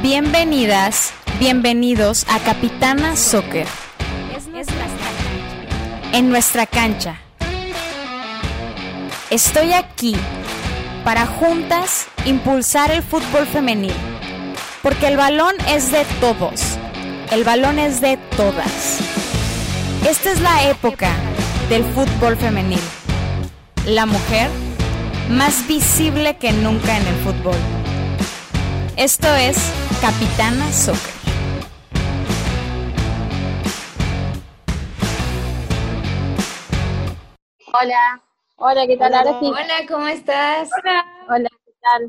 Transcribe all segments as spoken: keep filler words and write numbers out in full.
Bienvenidas, bienvenidos a Capitana Soccer. Es nuestra cancha. En nuestra cancha. Estoy aquí para juntas impulsar el fútbol femenil, porque el balón es de todos, el balón es de todas. Esta es la época del fútbol femenil. La mujer más visible que nunca en el fútbol. Esto es Capitana Soccer. Hola, hola, ¿qué tal? Hola, Ahora sí. Hola, ¿cómo estás? Hola, hola, ¿qué tal?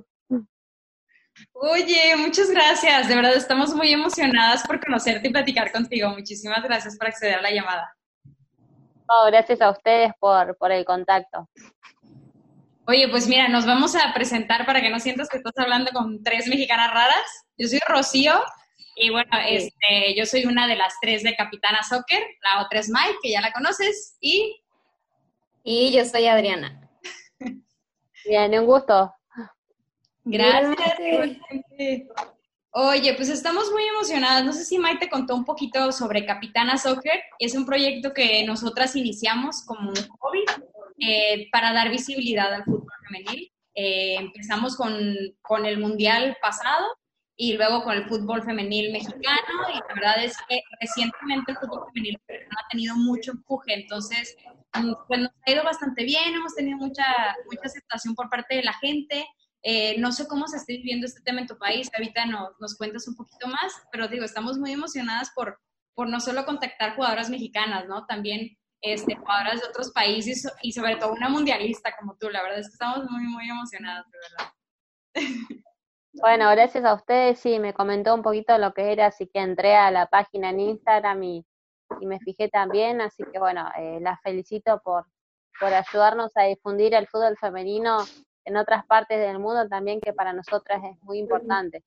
Oye, muchas gracias, de verdad estamos muy emocionadas por conocerte y platicar contigo. Muchísimas gracias por acceder a la llamada. Oh, gracias a ustedes por, por el contacto. Oye, pues mira, nos vamos a presentar para que no sientas que estás hablando con tres mexicanas raras. Yo soy Rocío y bueno, Sí. este, yo soy una de las tres de Capitana Soccer, la otra es Mike, que ya la conoces, y... Y yo soy Adriana. Bien, un gusto. Gracias. Igualmente. Oye, pues estamos muy emocionadas. No sé si Mike te contó un poquito sobre Capitana Soccer. Es un proyecto que nosotras iniciamos como un hobby eh, para dar visibilidad al fútbol femenil. Eh, empezamos con, con el Mundial pasado y luego con el fútbol femenil mexicano, y la verdad es que recientemente el fútbol femenil mexicano ha tenido mucho empuje, entonces pues nos ha ido bastante bien, hemos tenido mucha, mucha aceptación por parte de la gente. Eh, no sé cómo se esté viviendo este tema en tu país, ahorita no, nos cuentas un poquito más, pero digo, estamos muy emocionadas por, por no solo contactar jugadoras mexicanas, ¿no? También este, jugadoras de otros países y sobre todo una mundialista como tú. La verdad es que estamos muy, muy emocionadas, de verdad. Bueno, gracias a ustedes, sí, me comentó un poquito lo que era, así que entré a la página en Instagram y, y me fijé también, así que bueno, eh, las felicito por, por ayudarnos a difundir el fútbol femenino en otras partes del mundo también, que para nosotras es muy importante.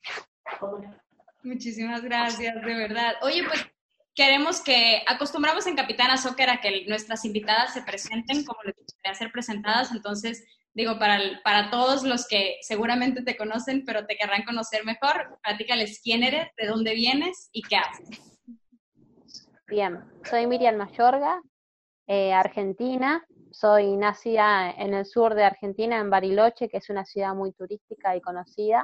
Muchísimas gracias, de verdad. Oye, pues queremos que, acostumbramos en Capitana Soccer a que nuestras invitadas se presenten como les gustaría ser presentadas, entonces, digo, para, para todos los que seguramente te conocen, pero te querrán conocer mejor, platícales quién eres, de dónde vienes y qué haces. Bien, soy Miriam Mayorga, eh, argentina, soy nacida en el sur de Argentina, en Bariloche, que es una ciudad muy turística y conocida,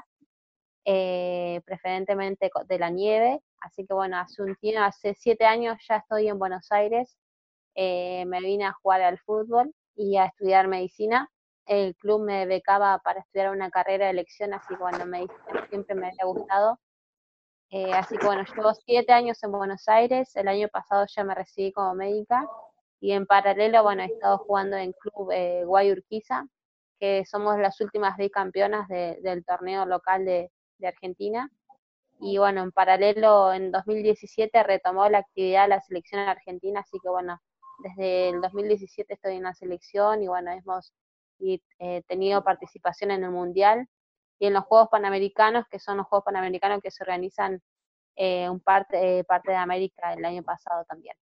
eh, preferentemente de la nieve, así que bueno, hace, un tiempo, hace siete años ya estoy en Buenos Aires, eh, me vine a jugar al fútbol y a estudiar medicina. El club me becaba para estudiar una carrera de elección, así que bueno, medicina siempre me había gustado. Eh, así que bueno, llevo siete años en Buenos Aires, el año pasado ya me recibí como médica y en paralelo, bueno, he estado jugando en Club eh, Guayurquiza, que somos las últimas bicampeonas de, del torneo local de, de Argentina. Y bueno, en paralelo, en dos mil diecisiete retomó la actividad de la selección argentina, así que bueno, desde el dos mil diecisiete estoy en la selección y bueno, hemos y, eh, tenido participación en el Mundial y en los Juegos Panamericanos, que son los Juegos Panamericanos que se organizan eh, un parte, eh, parte de América el año pasado también.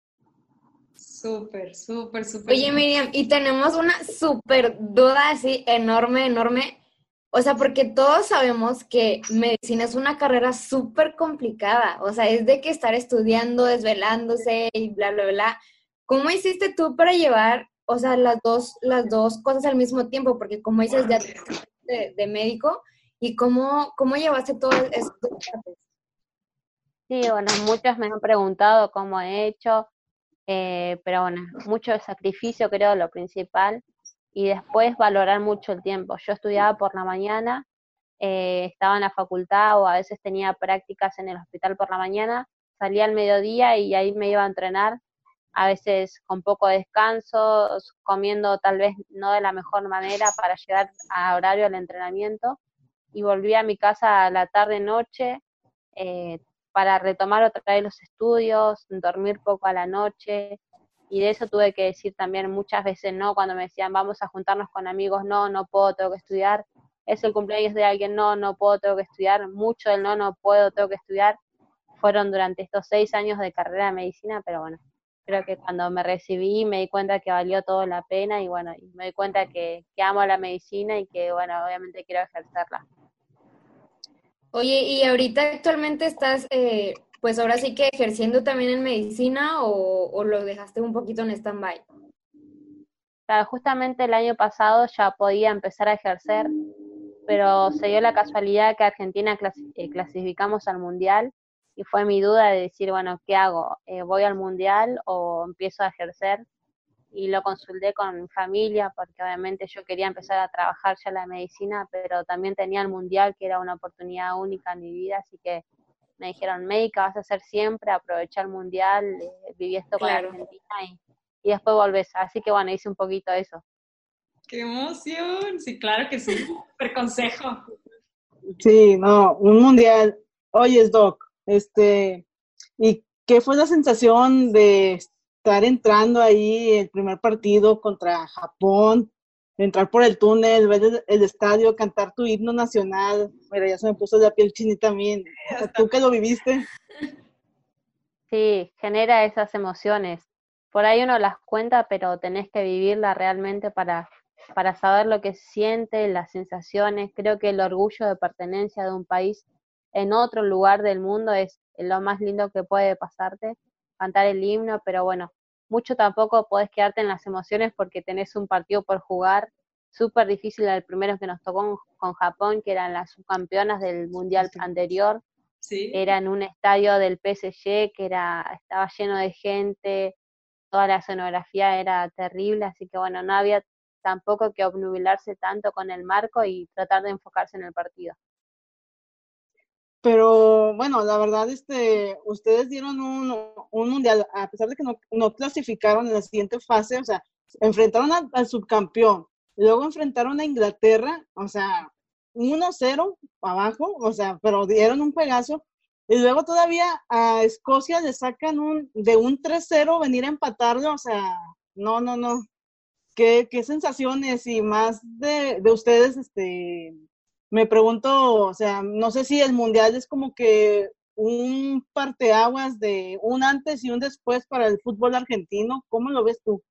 Súper, súper, súper. Oye, Miriam, y tenemos una súper duda así enorme, enorme. O sea, porque todos sabemos que medicina es una carrera súper complicada. O sea, es de que estar estudiando, desvelándose y bla, bla, bla. ¿Cómo hiciste tú para llevar, o sea, las dos, las dos cosas al mismo tiempo? Porque como dices, ya de, de médico, ¿y cómo, cómo llevaste todas esas dos partes? Sí, bueno, muchos me han preguntado cómo he hecho, eh, pero bueno, mucho sacrificio creo lo principal y después valorar mucho el tiempo. Yo estudiaba por la mañana, eh, estaba en la facultad o a veces tenía prácticas en el hospital por la mañana, salía al mediodía y ahí me iba a entrenar, a veces con poco descanso, comiendo tal vez no de la mejor manera para llegar a horario al entrenamiento y volvía a mi casa a la tarde-noche, eh, para retomar otra vez los estudios, dormir poco a la noche, y de eso tuve que decir también muchas veces no, cuando me decían vamos a juntarnos con amigos, no, no puedo, tengo que estudiar, es el cumpleaños de alguien, no, no puedo, tengo que estudiar, mucho del no, no puedo, tengo que estudiar, fueron durante estos seis años de carrera de medicina, pero bueno, creo que cuando me recibí me di cuenta que valió todo la pena, y bueno, y me di cuenta que, que amo la medicina y que bueno, obviamente quiero ejercerla. Oye, ¿y ahorita actualmente estás, eh, pues ahora sí que ejerciendo también en medicina o, o lo dejaste un poquito en stand-by? Claro, justamente el año pasado ya podía empezar a ejercer, pero se dio la casualidad que Argentina clasi- eh, clasificamos al Mundial y fue mi duda de decir, bueno, ¿qué hago? Eh, ¿voy al Mundial o empiezo a ejercer? Y lo consulté con mi familia porque obviamente yo quería empezar a trabajar ya la medicina, pero también tenía el Mundial, que era una oportunidad única en mi vida, así que me dijeron, médica vas a hacer siempre, aprovecha el Mundial, eh, viví esto con Claro. Argentina y, y después volvés. Así que bueno, hice un poquito eso. ¡Qué emoción! Sí, claro que sí. Super consejo. Sí, no, un mundial. Oye, Doc, este, ¿y qué fue la sensación de estar entrando ahí el primer partido contra Japón, entrar por el túnel, ver el, el estadio, cantar tu himno nacional? Mira, ya se me puso la piel chinita también. ¿Tú que lo viviste? Sí, genera esas emociones. Por ahí uno las cuenta, pero tenés que vivirla realmente para, para saber lo que siente, las sensaciones. Creo que el orgullo de pertenencia de un país en otro lugar del mundo es lo más lindo que puede pasarte, cantar el himno, pero bueno, mucho tampoco podés quedarte en las emociones porque tenés un partido por jugar, súper difícil el primero que nos tocó con Japón, que eran las subcampeonas del mundial anterior. Sí. Era en un estadio del P S G que era, estaba lleno de gente, toda la escenografía era terrible, así que bueno, no había tampoco que obnubilarse tanto con el marco y tratar de enfocarse en el partido. Pero bueno, la verdad, este, ustedes dieron un, un mundial, a pesar de que no, no clasificaron en la siguiente fase, o sea, enfrentaron a- al subcampeón, luego enfrentaron a Inglaterra, o sea, uno cero abajo, o sea, pero dieron un juegazo, y luego todavía a Escocia le sacan un, de un tres cero venir a empatarlo, o sea, no, no, no, qué, qué sensaciones y más de, de ustedes, este, me pregunto, o sea, no sé si el mundial es como que un parteaguas de un antes y un después para el fútbol argentino. ¿Cómo lo ves tú?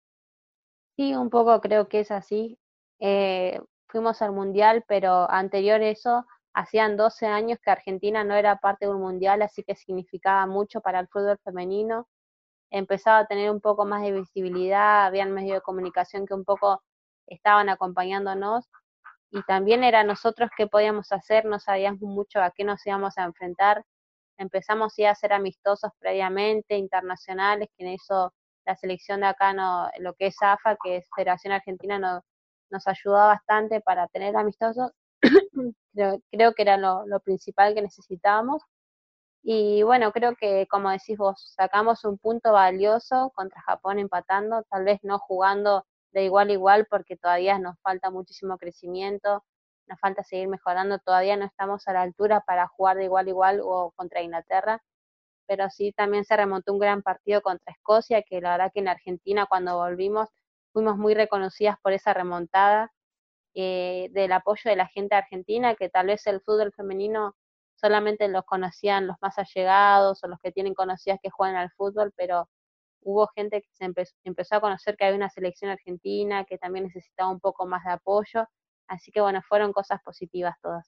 Sí, un poco creo que es así. Eh, fuimos al mundial, pero anterior a eso, hacían doce años que Argentina no era parte de un mundial, así que significaba mucho para el fútbol femenino. Empezaba a tener un poco más de visibilidad, habían medios de comunicación que un poco estaban acompañándonos y también era nosotros qué podíamos hacer, no sabíamos mucho a qué nos íbamos a enfrentar. Empezamos ya a ser amistosos previamente, internacionales, que en eso la selección de acá, no, lo que es AFA, que es Federación Argentina, no, nos ayudó bastante para tener amistosos. creo, creo que era lo, lo principal que necesitábamos. Y bueno, creo que como decís vos, sacamos un punto valioso contra Japón empatando, tal vez no jugando de igual a igual porque todavía nos falta muchísimo crecimiento, nos falta seguir mejorando, todavía no estamos a la altura para jugar de igual a igual o contra Inglaterra, pero sí también se remontó un gran partido contra Escocia, que la verdad que en Argentina cuando volvimos fuimos muy reconocidas por esa remontada, eh, del apoyo de la gente argentina, que tal vez el fútbol femenino solamente los conocían los más allegados o los que tienen conocidas que juegan al fútbol, pero hubo gente que se empezó, empezó a conocer que había una selección argentina que también necesitaba un poco más de apoyo, así que bueno, fueron cosas positivas todas.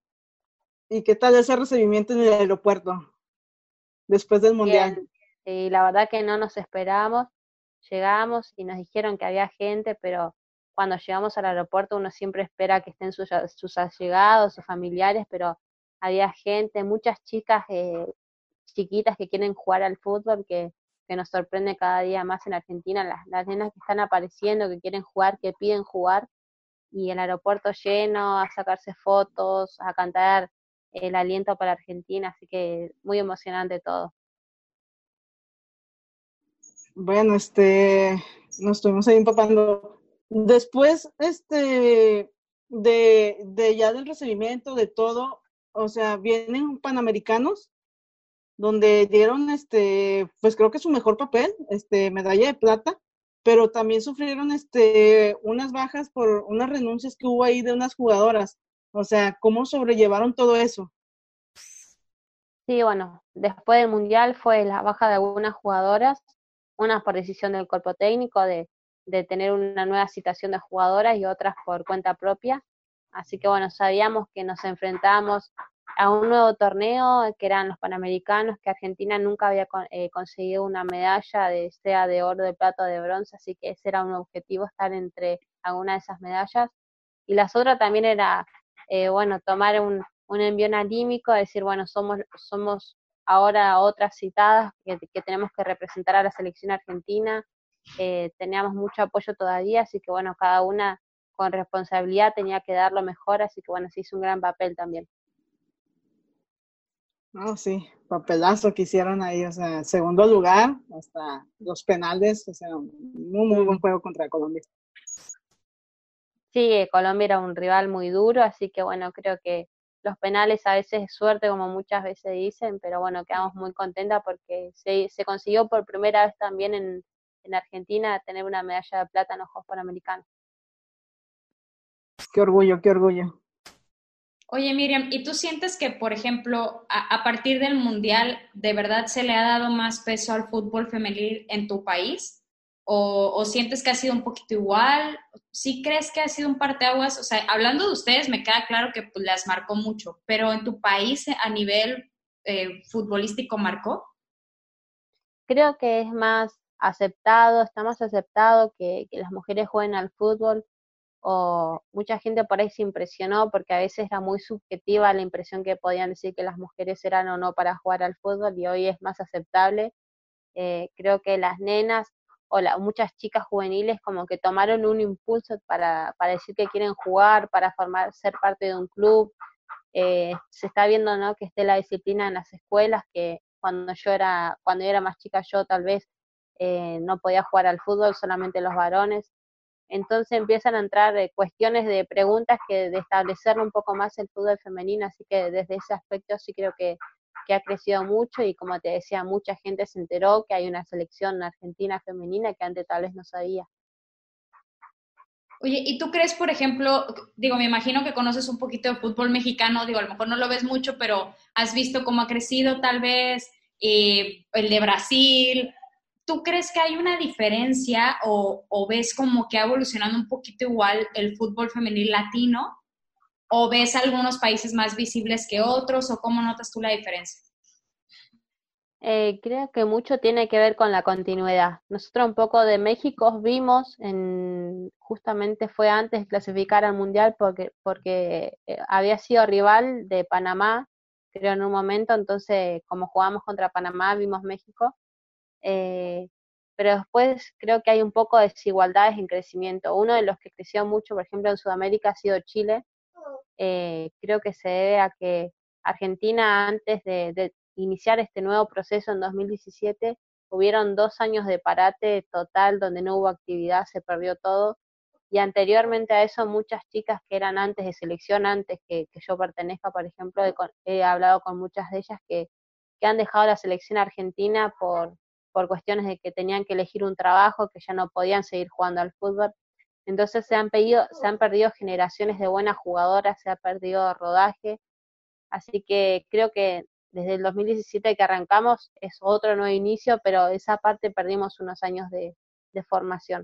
¿Y qué tal ese recibimiento en el aeropuerto después del mundial? Bien, y la verdad que no nos esperábamos, llegamos y nos dijeron que había gente, pero cuando llegamos al aeropuerto uno siempre espera que estén sus, sus allegados, sus familiares, pero había gente, muchas chicas eh, chiquitas que quieren jugar al fútbol, que, que nos sorprende cada día más en Argentina, las, las nenas que están apareciendo, que quieren jugar, que piden jugar, y el aeropuerto lleno, a sacarse fotos, a cantar el aliento para Argentina, así que muy emocionante todo. Bueno, este, nos estuvimos ahí empapando. Después, este, de, de ya del recibimiento, de todo, o sea, vienen Panamericanos, donde dieron, este, pues creo que su mejor papel, este, medalla de plata, pero también sufrieron, este, unas bajas por unas renuncias que hubo ahí de unas jugadoras. O sea, ¿cómo sobrellevaron todo eso? Sí, bueno, después del Mundial fue la baja de algunas jugadoras, unas por decisión del cuerpo técnico de, de tener una nueva citación de jugadoras y otras por cuenta propia. Así que bueno, sabíamos que nos enfrentábamos a un nuevo torneo que eran los Panamericanos, que Argentina nunca había con- eh, conseguido una medalla, de sea de oro, de plata o de bronce, así que ese era un objetivo, estar entre alguna de esas medallas. Y las otras también era, eh, bueno, tomar un, un envión anímico, decir, bueno, somos, somos ahora otras citadas que, que tenemos que representar a la selección argentina, eh, teníamos mucho apoyo todavía, así que bueno, cada una con responsabilidad tenía que dar lo mejor, así que bueno, se hizo un gran papel también. No, sí, papelazo que hicieron ahí, o sea, segundo lugar, hasta los penales, o sea, un muy, muy buen juego contra Colombia. Sí, eh, Colombia era un rival muy duro, así que bueno, creo que los penales a veces es suerte, como muchas veces dicen, pero bueno, quedamos muy contentas porque se, se consiguió por primera vez también en, en Argentina tener una medalla de plata en los Juegos Panamericanos. Qué orgullo, qué orgullo. Oye, Miriam, ¿y tú sientes que, por ejemplo, a, a partir del Mundial, de verdad se le ha dado más peso al fútbol femenil en tu país? ¿O, o sientes que ha sido un poquito igual? ¿Sí crees que ha sido un parteaguas? O sea, hablando de ustedes, me queda claro que pues, las marcó mucho, pero en tu país a nivel eh, futbolístico marcó. Creo que es más aceptado, está más aceptado que, que las mujeres jueguen al fútbol, o mucha gente por ahí se impresionó porque a veces era muy subjetiva la impresión que podían decir que las mujeres eran o no para jugar al fútbol, y hoy es más aceptable. Eh, creo que las nenas o la, muchas chicas juveniles como que tomaron un impulso para, para decir que quieren jugar, para formar, ser parte de un club. Eh, se está viendo, ¿no?, que esté la disciplina en las escuelas, que cuando yo era, cuando yo era más chica yo tal vez eh, no podía jugar al fútbol, solamente los varones. Entonces empiezan a entrar eh, cuestiones de preguntas que de establecer un poco más el fútbol femenino, así que desde ese aspecto sí creo que, que ha crecido mucho, y como te decía, mucha gente se enteró que hay una selección argentina femenina que antes tal vez no sabía. Oye, ¿y tú crees, por ejemplo, digo, me imagino que conoces un poquito de fútbol mexicano, digo, a lo mejor no lo ves mucho, pero has visto cómo ha crecido tal vez eh, el de Brasil? ¿Tú crees que hay una diferencia o, o ves como que ha evolucionado un poquito igual el fútbol femenil latino? ¿O ves algunos países más visibles que otros? ¿O cómo notas tú la diferencia? Eh, creo que mucho tiene que ver con la continuidad. Nosotros un poco de México vimos, en, justamente fue antes de clasificar al Mundial porque, porque eh, había sido rival de Panamá, creo en un momento, entonces como jugamos contra Panamá vimos México, eh, pero después creo que hay un poco de desigualdades en crecimiento. Uno de los que creció mucho, por ejemplo, en Sudamérica ha sido Chile. Eh, creo que se debe a que Argentina, antes de, de iniciar este nuevo proceso en dos mil diecisiete, hubieron dos años de parate total donde no hubo actividad, se perdió todo, y anteriormente a eso muchas chicas que eran antes de selección, antes que, que yo pertenezca, por ejemplo, he, con- he hablado con muchas de ellas que, que han dejado la selección argentina por, por cuestiones de que tenían que elegir un trabajo, que ya no podían seguir jugando al fútbol. Entonces se han pedido, se han perdido generaciones de buenas jugadoras, se ha perdido rodaje, así que creo que desde el dos mil diecisiete que arrancamos es otro nuevo inicio, pero esa parte perdimos unos años de, de formación.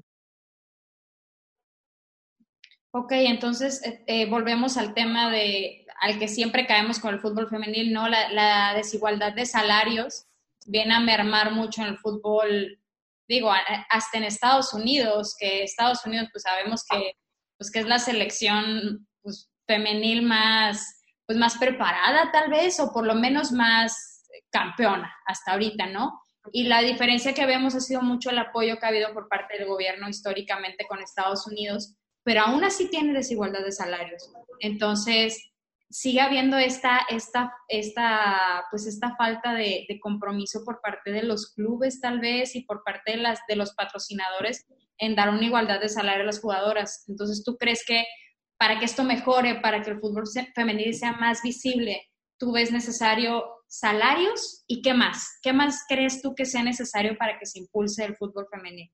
Ok, entonces eh, eh, volvemos al tema de al que siempre caemos con el fútbol femenil, ¿no? La, la desigualdad de salarios viene a mermar mucho en el fútbol, digo, a- hasta en Estados Unidos, que Estados Unidos pues sabemos que, pues, que es la selección pues, femenil más, pues, más preparada tal vez, o por lo menos más campeona hasta ahorita, ¿no? Y la diferencia que vemos ha sido mucho el apoyo que ha habido por parte del gobierno históricamente con Estados Unidos, pero aún así tiene desigualdad de salarios. Entonces, sigue habiendo esta, esta, esta, pues esta falta de, de compromiso por parte de los clubes tal vez y por parte de, las, de los patrocinadores en dar una igualdad de salario a las jugadoras. Entonces, ¿tú crees que para que esto mejore, para que el fútbol femenil sea más visible, tú ves necesario salarios? ¿Y qué más? ¿Qué más crees tú que sea necesario para que se impulse el fútbol femenil?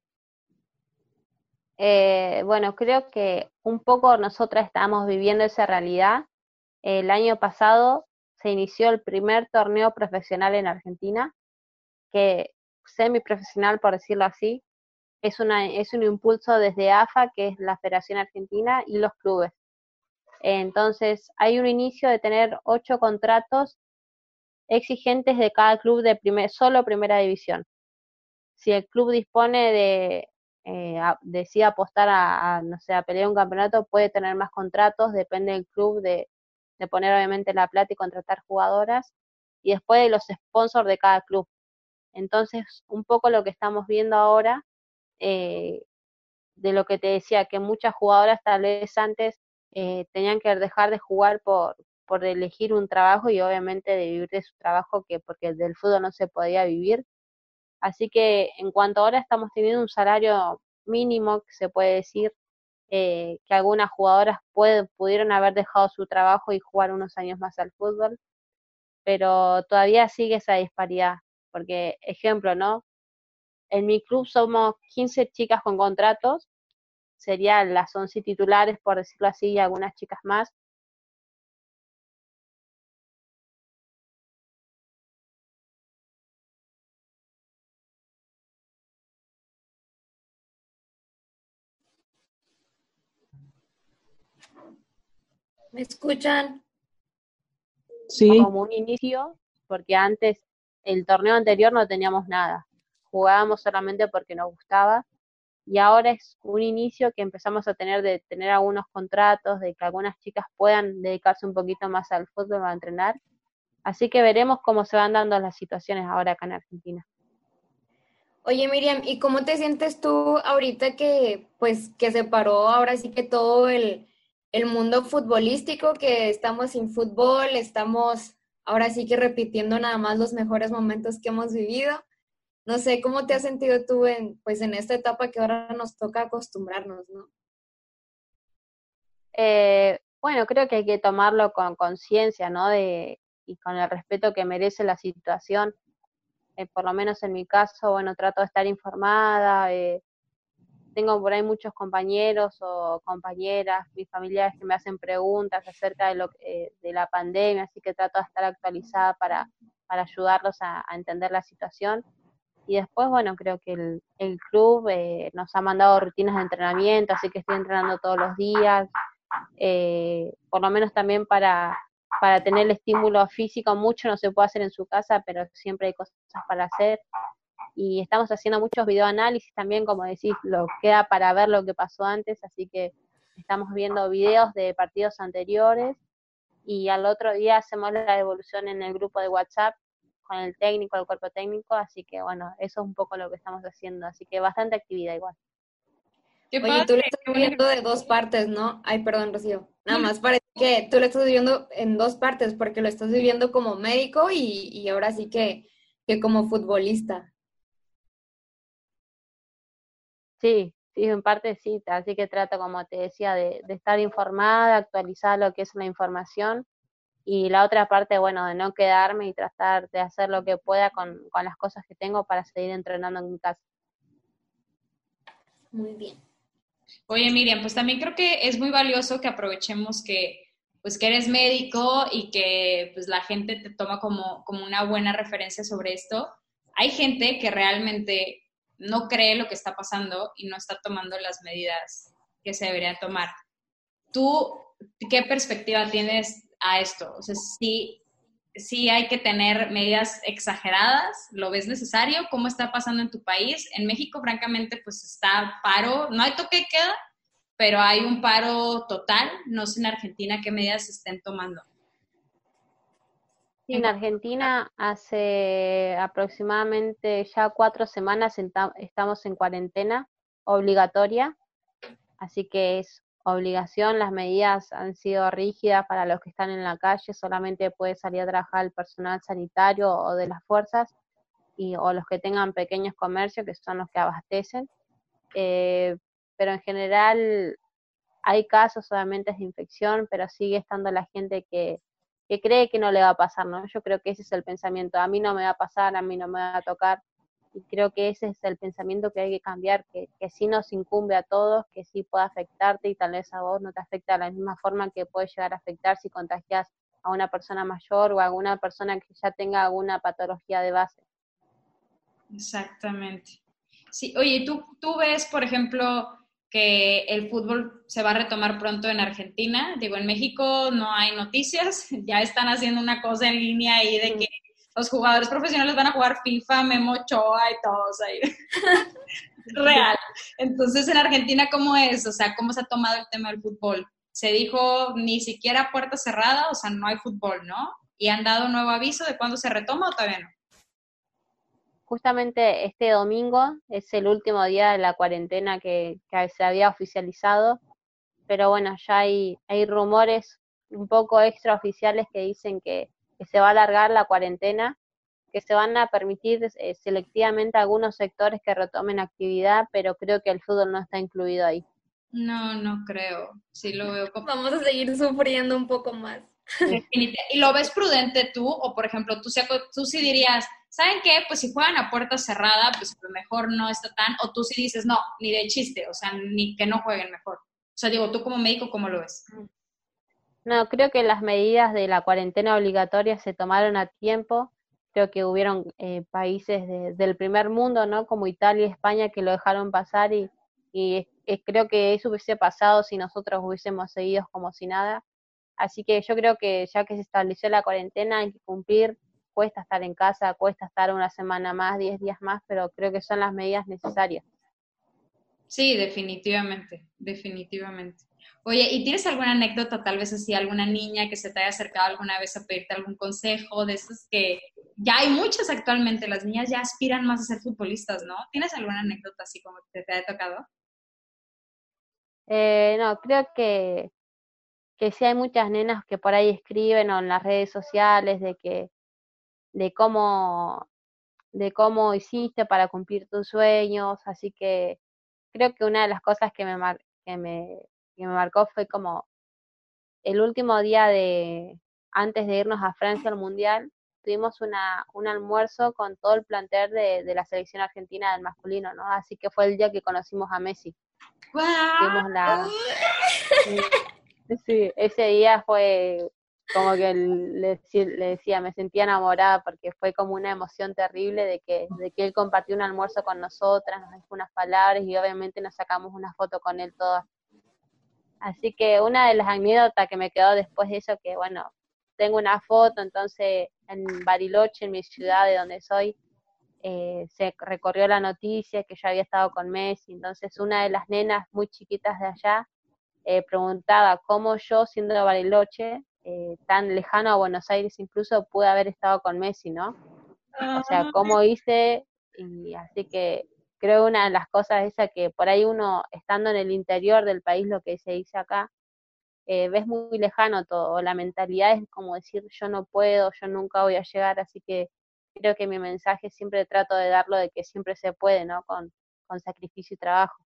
Eh, bueno, creo que un poco nosotras estamos viviendo esa realidad. El año pasado se inició el primer torneo profesional en Argentina, que semiprofesional por decirlo así, es, una, es un impulso desde A F A, que es la Federación Argentina, y los clubes. Entonces, hay un inicio de tener ocho contratos exigentes de cada club de primer, solo primera división. Si el club dispone de, eh, a, decide apostar a, a, no sé, a pelear un campeonato, puede tener más contratos, depende del club de, de poner obviamente la plata y contratar jugadoras, y después de los sponsors de cada club. Entonces, un poco lo que estamos viendo ahora, eh, de lo que te decía, que muchas jugadoras tal vez antes eh, tenían que dejar de jugar por, por elegir un trabajo y obviamente de vivir de su trabajo, que porque del fútbol no se podía vivir. Así que en cuanto ahora estamos teniendo un salario mínimo, que se puede decir, eh, que algunas jugadoras puede, pudieron haber dejado su trabajo y jugar unos años más al fútbol, pero todavía sigue esa disparidad, porque ejemplo, ¿no? En mi club somos quince chicas con contratos, serían las once titulares, por decirlo así, y algunas chicas más. ¿Me escuchan? Sí. Como un inicio, porque antes, el torneo anterior no teníamos nada, jugábamos solamente porque nos gustaba, y ahora es un inicio que empezamos a tener de tener algunos contratos, de que algunas chicas puedan dedicarse un poquito más al fútbol, a entrenar. Así que veremos cómo se van dando las situaciones ahora acá en Argentina. Oye, Miriam, ¿y cómo te sientes tú ahorita que, pues, que se paró ahora sí que todo el, el mundo futbolístico, que estamos sin fútbol, estamos ahora sí que repitiendo nada más los mejores momentos que hemos vivido? No sé, ¿cómo te has sentido tú en, pues, en esta etapa que ahora nos toca acostumbrarnos, ¿no? Eh, bueno, creo que hay que tomarlo con conciencia, ¿no? De, y con el respeto que merece la situación. Eh, por lo menos en mi caso, bueno, trato de estar informada. Eh, tengo por ahí muchos compañeros o compañeras, mis familiares que me hacen preguntas acerca de, lo, eh, de la pandemia, así que trato de estar actualizada para, para ayudarlos a, a entender la situación. Y después, bueno, creo que el, el club eh, nos ha mandado rutinas de entrenamiento, así que estoy entrenando todos los días, eh, por lo menos también para, para tener el estímulo físico. Mucho no se puede hacer en su casa, pero siempre hay cosas para hacer. Y estamos haciendo muchos videoanálisis también, como decís, lo queda para ver lo que pasó antes, así que estamos viendo videos de partidos anteriores y al otro día hacemos la devolución en el grupo de WhatsApp con el técnico, el cuerpo técnico, así que bueno, eso es un poco lo que estamos haciendo, así que bastante actividad igual. Qué Oye, padre, tú lo estás qué bueno. viviendo de dos partes, ¿no? Ay, perdón, Rocío. Nada más parece que tú lo estás viviendo en dos partes, porque lo estás viviendo como médico y, y ahora sí que, que como futbolista. Sí, sí, en parte sí, así que trato, como te decía, de, de estar informada, actualizar lo que es la información, y la otra parte, bueno, de no quedarme y tratar de hacer lo que pueda con, con las cosas que tengo para seguir entrenando en mi casa. Muy bien. Oye, Miriam, pues también creo que es muy valioso que aprovechemos que, pues, que eres médico y que pues, la gente te toma como, como una buena referencia sobre esto. Hay gente que realmente no cree lo que está pasando y no está tomando las medidas que se deberían tomar. ¿Tú qué perspectiva tienes a esto? O sea, ¿sí, sí hay que tener medidas exageradas? ¿Lo ves necesario? ¿Cómo está pasando en tu país? En México, francamente, pues está paro. No hay toque de queda, pero hay un paro total. No sé en Argentina qué medidas se estén tomando. Sí, en Argentina hace aproximadamente ya cuatro semanas estamos en cuarentena obligatoria, así que es obligación. Las medidas han sido rígidas para los que están en la calle, solamente puede salir a trabajar el personal sanitario o de las fuerzas, y, o los que tengan pequeños comercios, que son los que abastecen, eh, pero en general hay casos solamente de infección, pero sigue estando la gente que que cree que no le va a pasar, ¿no? Yo creo que ese es el pensamiento, a mí no me va a pasar, a mí no me va a tocar, y creo que ese es el pensamiento que hay que cambiar, que, que sí nos incumbe a todos, que sí puede afectarte y tal vez a vos no te afecta de la misma forma que puede llegar a afectar si contagias a una persona mayor o a alguna persona que ya tenga alguna patología de base. Exactamente. Sí, oye, ¿tú, tú ves, por ejemplo, que el fútbol se va a retomar pronto en Argentina. Digo, en México no hay noticias, ya están haciendo una cosa en línea ahí de que los jugadores profesionales van a jugar FIFA, Memo Ochoa y todos ahí. Real. Entonces, en Argentina, ¿cómo es? O sea, ¿cómo se ha tomado el tema del fútbol? Se dijo ni siquiera puerta cerrada, o sea, no hay fútbol, ¿no? ¿Y han dado nuevo aviso de cuándo se retoma o todavía no? Justamente este domingo es el último día de la cuarentena que, que se había oficializado, pero bueno, ya hay, hay rumores un poco extraoficiales que dicen que, que se va a alargar la cuarentena, que se van a permitir eh, selectivamente algunos sectores que retomen actividad, pero creo que el fútbol no está incluido ahí. No, no creo. Sí lo veo como... Vamos a seguir sufriendo un poco más. ¿Y lo ves prudente tú? O, por ejemplo, tú, tú sí dirías, ¿saben qué? Pues si juegan a puerta cerrada, pues a lo mejor no está tan... O tú sí dices, no, ni de chiste, o sea, ni que no jueguen mejor. O sea, digo, tú como médico, ¿cómo lo ves? No, creo que las medidas de la cuarentena obligatoria se tomaron a tiempo. Creo que hubieron eh, países de, del primer mundo, ¿no? Como Italia y España que lo dejaron pasar y, y eh, creo que eso hubiese pasado si nosotros hubiésemos seguido como si nada. Así que yo creo que ya que se estableció la cuarentena hay que cumplir, cuesta estar en casa, cuesta estar una semana más, diez días más, pero creo que son las medidas necesarias. Sí, definitivamente, definitivamente. Oye, ¿y tienes alguna anécdota, tal vez así, alguna niña que se te haya acercado alguna vez a pedirte algún consejo de esos que ya hay muchas actualmente, las niñas ya aspiran más a ser futbolistas, ¿no? ¿Tienes alguna anécdota así como que te haya tocado? Eh, no, creo que, que sí hay muchas nenas que por ahí escriben o en las redes sociales de que de cómo de cómo hiciste para cumplir tus sueños, así que creo que una de las cosas que me mar, que me que me marcó fue como el último día de antes de irnos a Francia al Mundial, tuvimos una un almuerzo con todo el plantel de, de la selección argentina del masculino, ¿no? Así que fue el día que conocimos a Messi. ¡Wow! Tuvimos la sí, ese día fue como que le, le decía, me sentía enamorada porque fue como una emoción terrible de que, de que él compartió un almuerzo con nosotras, nos dijo unas palabras y obviamente nos sacamos una foto con él todas. Así que una de las anécdotas que me quedó después de eso, que bueno, tengo una foto, entonces en Bariloche, en mi ciudad de donde soy, eh, se recorrió la noticia que yo había estado con Messi, entonces una de las nenas muy chiquitas de allá eh, preguntaba cómo yo, siendo de Bariloche, eh, tan lejano a Buenos Aires, incluso pude haber estado con Messi, ¿no? O sea, cómo hice, y así que creo una de las cosas esa que por ahí uno, estando en el interior del país, lo que se dice acá, eh, ves muy lejano todo, la mentalidad es como decir yo no puedo, yo nunca voy a llegar, así que creo que mi mensaje siempre trato de darlo de que siempre se puede, ¿no? Con, con sacrificio y trabajo.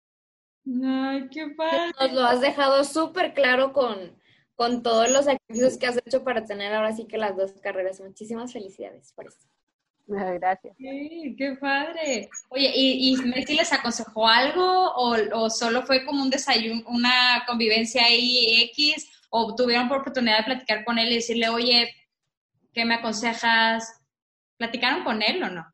Ay, qué padre. Nos lo has dejado súper claro con, con todos los sacrificios que has hecho para tener ahora sí que las dos carreras. Muchísimas felicidades por eso. Gracias. Sí, qué padre. Oye, ¿y, y Messi les aconsejó algo o, o solo fue como un desayuno, una convivencia ahí X, o tuvieron por oportunidad de platicar con él y decirle, oye, ¿qué me aconsejas? ¿Platicaron con él o no?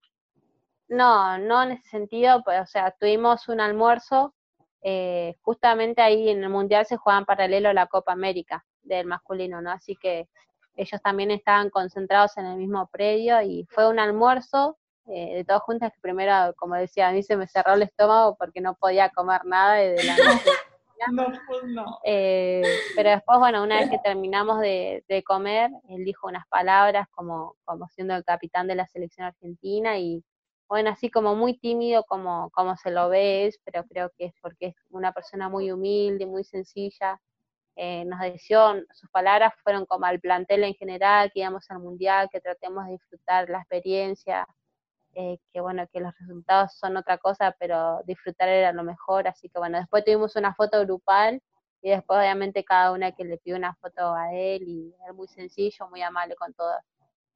No, no en ese sentido, pues, o sea, tuvimos un almuerzo, eh, justamente ahí en el Mundial se juega en paralelo la Copa América del masculino, ¿no? Así que ellos también estaban concentrados en el mismo predio y fue un almuerzo eh, de todos juntos que primero, como decía, a mí se me cerró el estómago porque no podía comer nada de la noche. No, pues no. Eh, pero después, bueno, una vez que terminamos de, de comer, él dijo unas palabras como, como siendo el capitán de la selección argentina y bueno, así como muy tímido como, como se lo ve es, pero creo que es porque es una persona muy humilde, muy sencilla. Eh, nos deseó, sus palabras fueron como al plantel en general, que íbamos al Mundial, que tratemos de disfrutar la experiencia, eh, que bueno, que los resultados son otra cosa, pero disfrutar era lo mejor, así que bueno, después tuvimos una foto grupal y después obviamente cada una que le pidió una foto a él y era muy sencillo, muy amable con todas.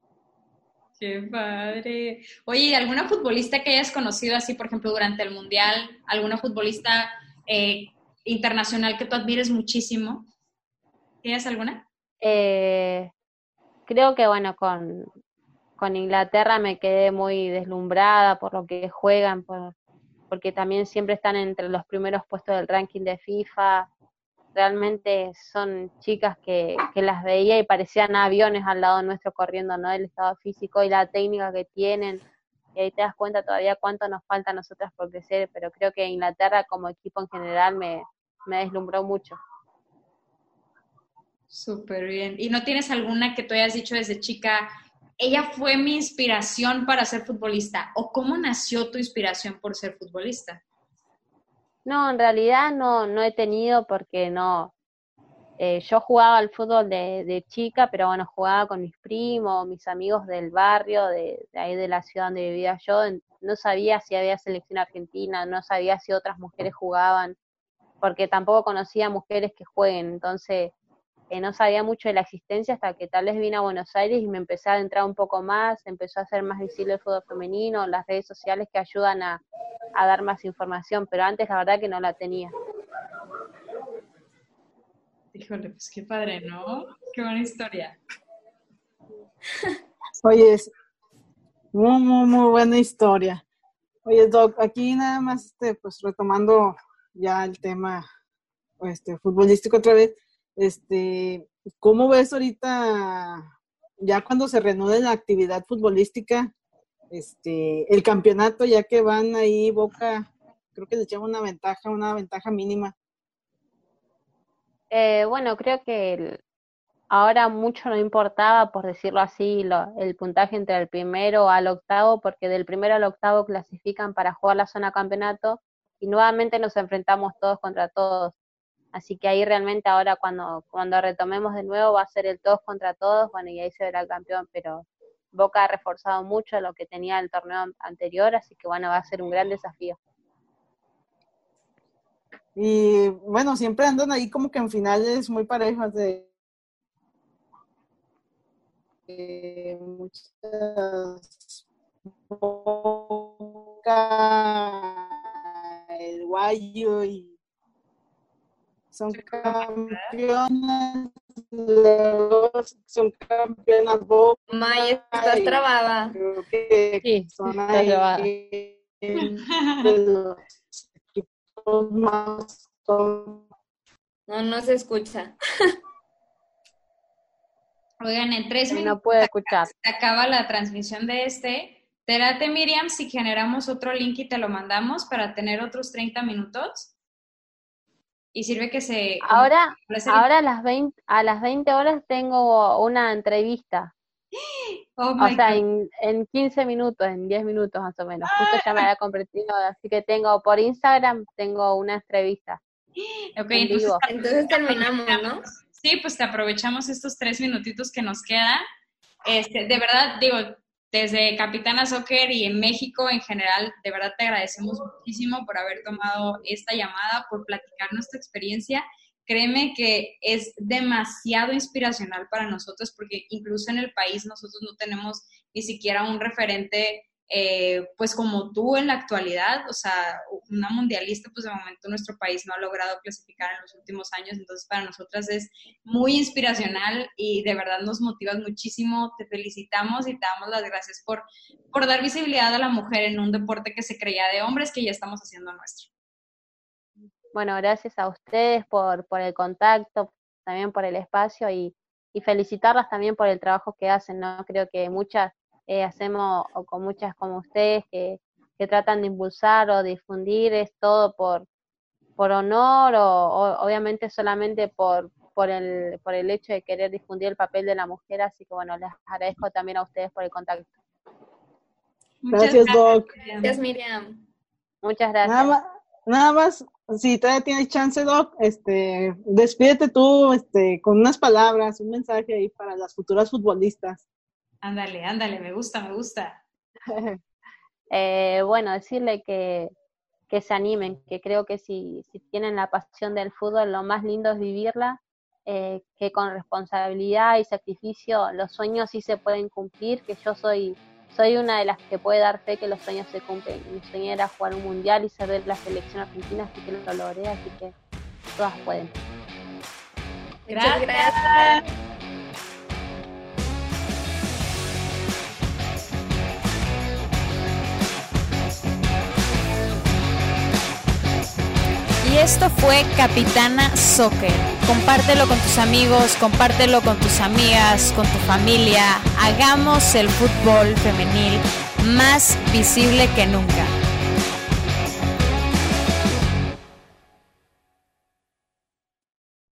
Qué padre. Oye, ¿alguna futbolista que hayas conocido así, por ejemplo, durante el Mundial? ¿Alguna futbolista eh, internacional que tú admires muchísimo? ¿Tienes alguna? Eh, creo que bueno, con, con Inglaterra me quedé muy deslumbrada por lo que juegan, por, porque también siempre están entre los primeros puestos del ranking de FIFA. Realmente son chicas que, que las veía y parecían aviones al lado nuestro corriendo, ¿no? El estado físico y la técnica que tienen. Y ahí te das cuenta todavía cuánto nos falta a nosotras por crecer, pero creo que Inglaterra como equipo en general me, me deslumbró mucho. Súper bien. ¿Y no tienes alguna que tú hayas dicho desde chica, ella fue mi inspiración para ser futbolista? ¿O cómo nació tu inspiración por ser futbolista? No, en realidad no, no he tenido porque no... Eh, yo jugaba al fútbol de, de chica, pero bueno, jugaba con mis primos, mis amigos del barrio, de, de ahí de la ciudad donde vivía yo. No sabía si había selección argentina, no sabía si otras mujeres jugaban, porque tampoco conocía mujeres que jueguen, entonces eh, no sabía mucho de la existencia hasta que tal vez vine a Buenos Aires y me empecé a adentrar un poco más, empezó a ser más visible el fútbol femenino, las redes sociales que ayudan a, a dar más información, pero antes la verdad que no la tenía. Híjole, pues qué padre, ¿no? Qué buena historia. Oye, es muy, muy, muy buena historia. Oye, Doc, aquí nada más, este, pues retomando ya el tema este, futbolístico otra vez, este, ¿cómo ves ahorita, ya cuando se reanude la actividad futbolística, este, el campeonato, ya que van ahí Boca, creo que les lleva una ventaja, una ventaja mínima? Eh, bueno, creo que el, ahora mucho no importaba, por decirlo así, lo, el puntaje entre el primero al octavo, porque del primero al octavo clasifican para jugar la zona campeonato y nuevamente nos enfrentamos todos contra todos. Así que ahí realmente ahora cuando, cuando retomemos de nuevo va a ser el todos contra todos, bueno, y ahí se verá el campeón, pero Boca ha reforzado mucho lo que tenía el torneo anterior, así que bueno, va a ser un gran desafío. Y bueno, siempre andan ahí como que en finales muy parejos de, de muchas Boca, el Guayo, y son campeonas, luego son campeonas Boca. Maya, estás trabada. Creo que sí, son ahí de los equipos más. Son... No, no se escucha. Oigan, en tres Sí, minutos no puedo escuchar. se acaba la transmisión de este. ¿Te late, Miriam, si generamos otro link y te lo mandamos para tener otros treinta minutos? Y sirve que se... Ahora, ahora a las veinte, a las veinte horas tengo una entrevista. Oh O my sea, God. en, en quince minutos, en diez minutos más o menos. Justo ya me había convertido, así que tengo por Instagram, tengo una entrevista. Ok, en entonces, vivo. Entonces terminamos, ¿no? Sí, pues te aprovechamos estos tres minutitos que nos quedan. Este, de verdad, digo, desde Capitana Soccer y en México en general, de verdad te agradecemos muchísimo por haber tomado esta llamada, por platicar nuestra experiencia. Créeme que es demasiado inspiracional para nosotros porque incluso en el país nosotros no tenemos ni siquiera un referente eh, pues como tú en la actualidad, o sea, una mundialista, pues de momento nuestro país no ha logrado clasificar en los últimos años, entonces para nosotras es muy inspiracional y de verdad nos motivas muchísimo, te felicitamos y te damos las gracias por, por dar visibilidad a la mujer en un deporte que se creía de hombres que ya estamos haciendo nuestro. Bueno, gracias a ustedes por, por el contacto, también por el espacio y, y felicitarlas también por el trabajo que hacen, ¿no? Creo que muchas eh, hacemos, o con muchas como ustedes, que, que tratan de impulsar o difundir, es todo por, por honor o, o obviamente solamente por, por, el, por el hecho de querer difundir el papel de la mujer, así que bueno, les agradezco también a ustedes por el contacto. Gracias, Muchas Doc. Gracias, Miriam. Muchas gracias. Nada más, nada más, si todavía tienes chance, Doc, este, despídete tú, este, con unas palabras, un mensaje ahí para las futuras futbolistas. Ándale, ándale, me gusta, me gusta. Eh, bueno, decirle que, que se animen, que creo que si, si tienen la pasión del fútbol, lo más lindo es vivirla, eh, que con responsabilidad y sacrificio los sueños sí se pueden cumplir, que yo soy soy una de las que puede dar fe que los sueños se cumplen. Mi sueño era jugar un mundial y ser de la selección argentina, así que lo logré, así que todas pueden. Muchas gracias. Esto fue Capitana Soccer. Compártelo con tus amigos, compártelo con tus amigas, con tu familia. Hagamos el fútbol femenil más visible que nunca.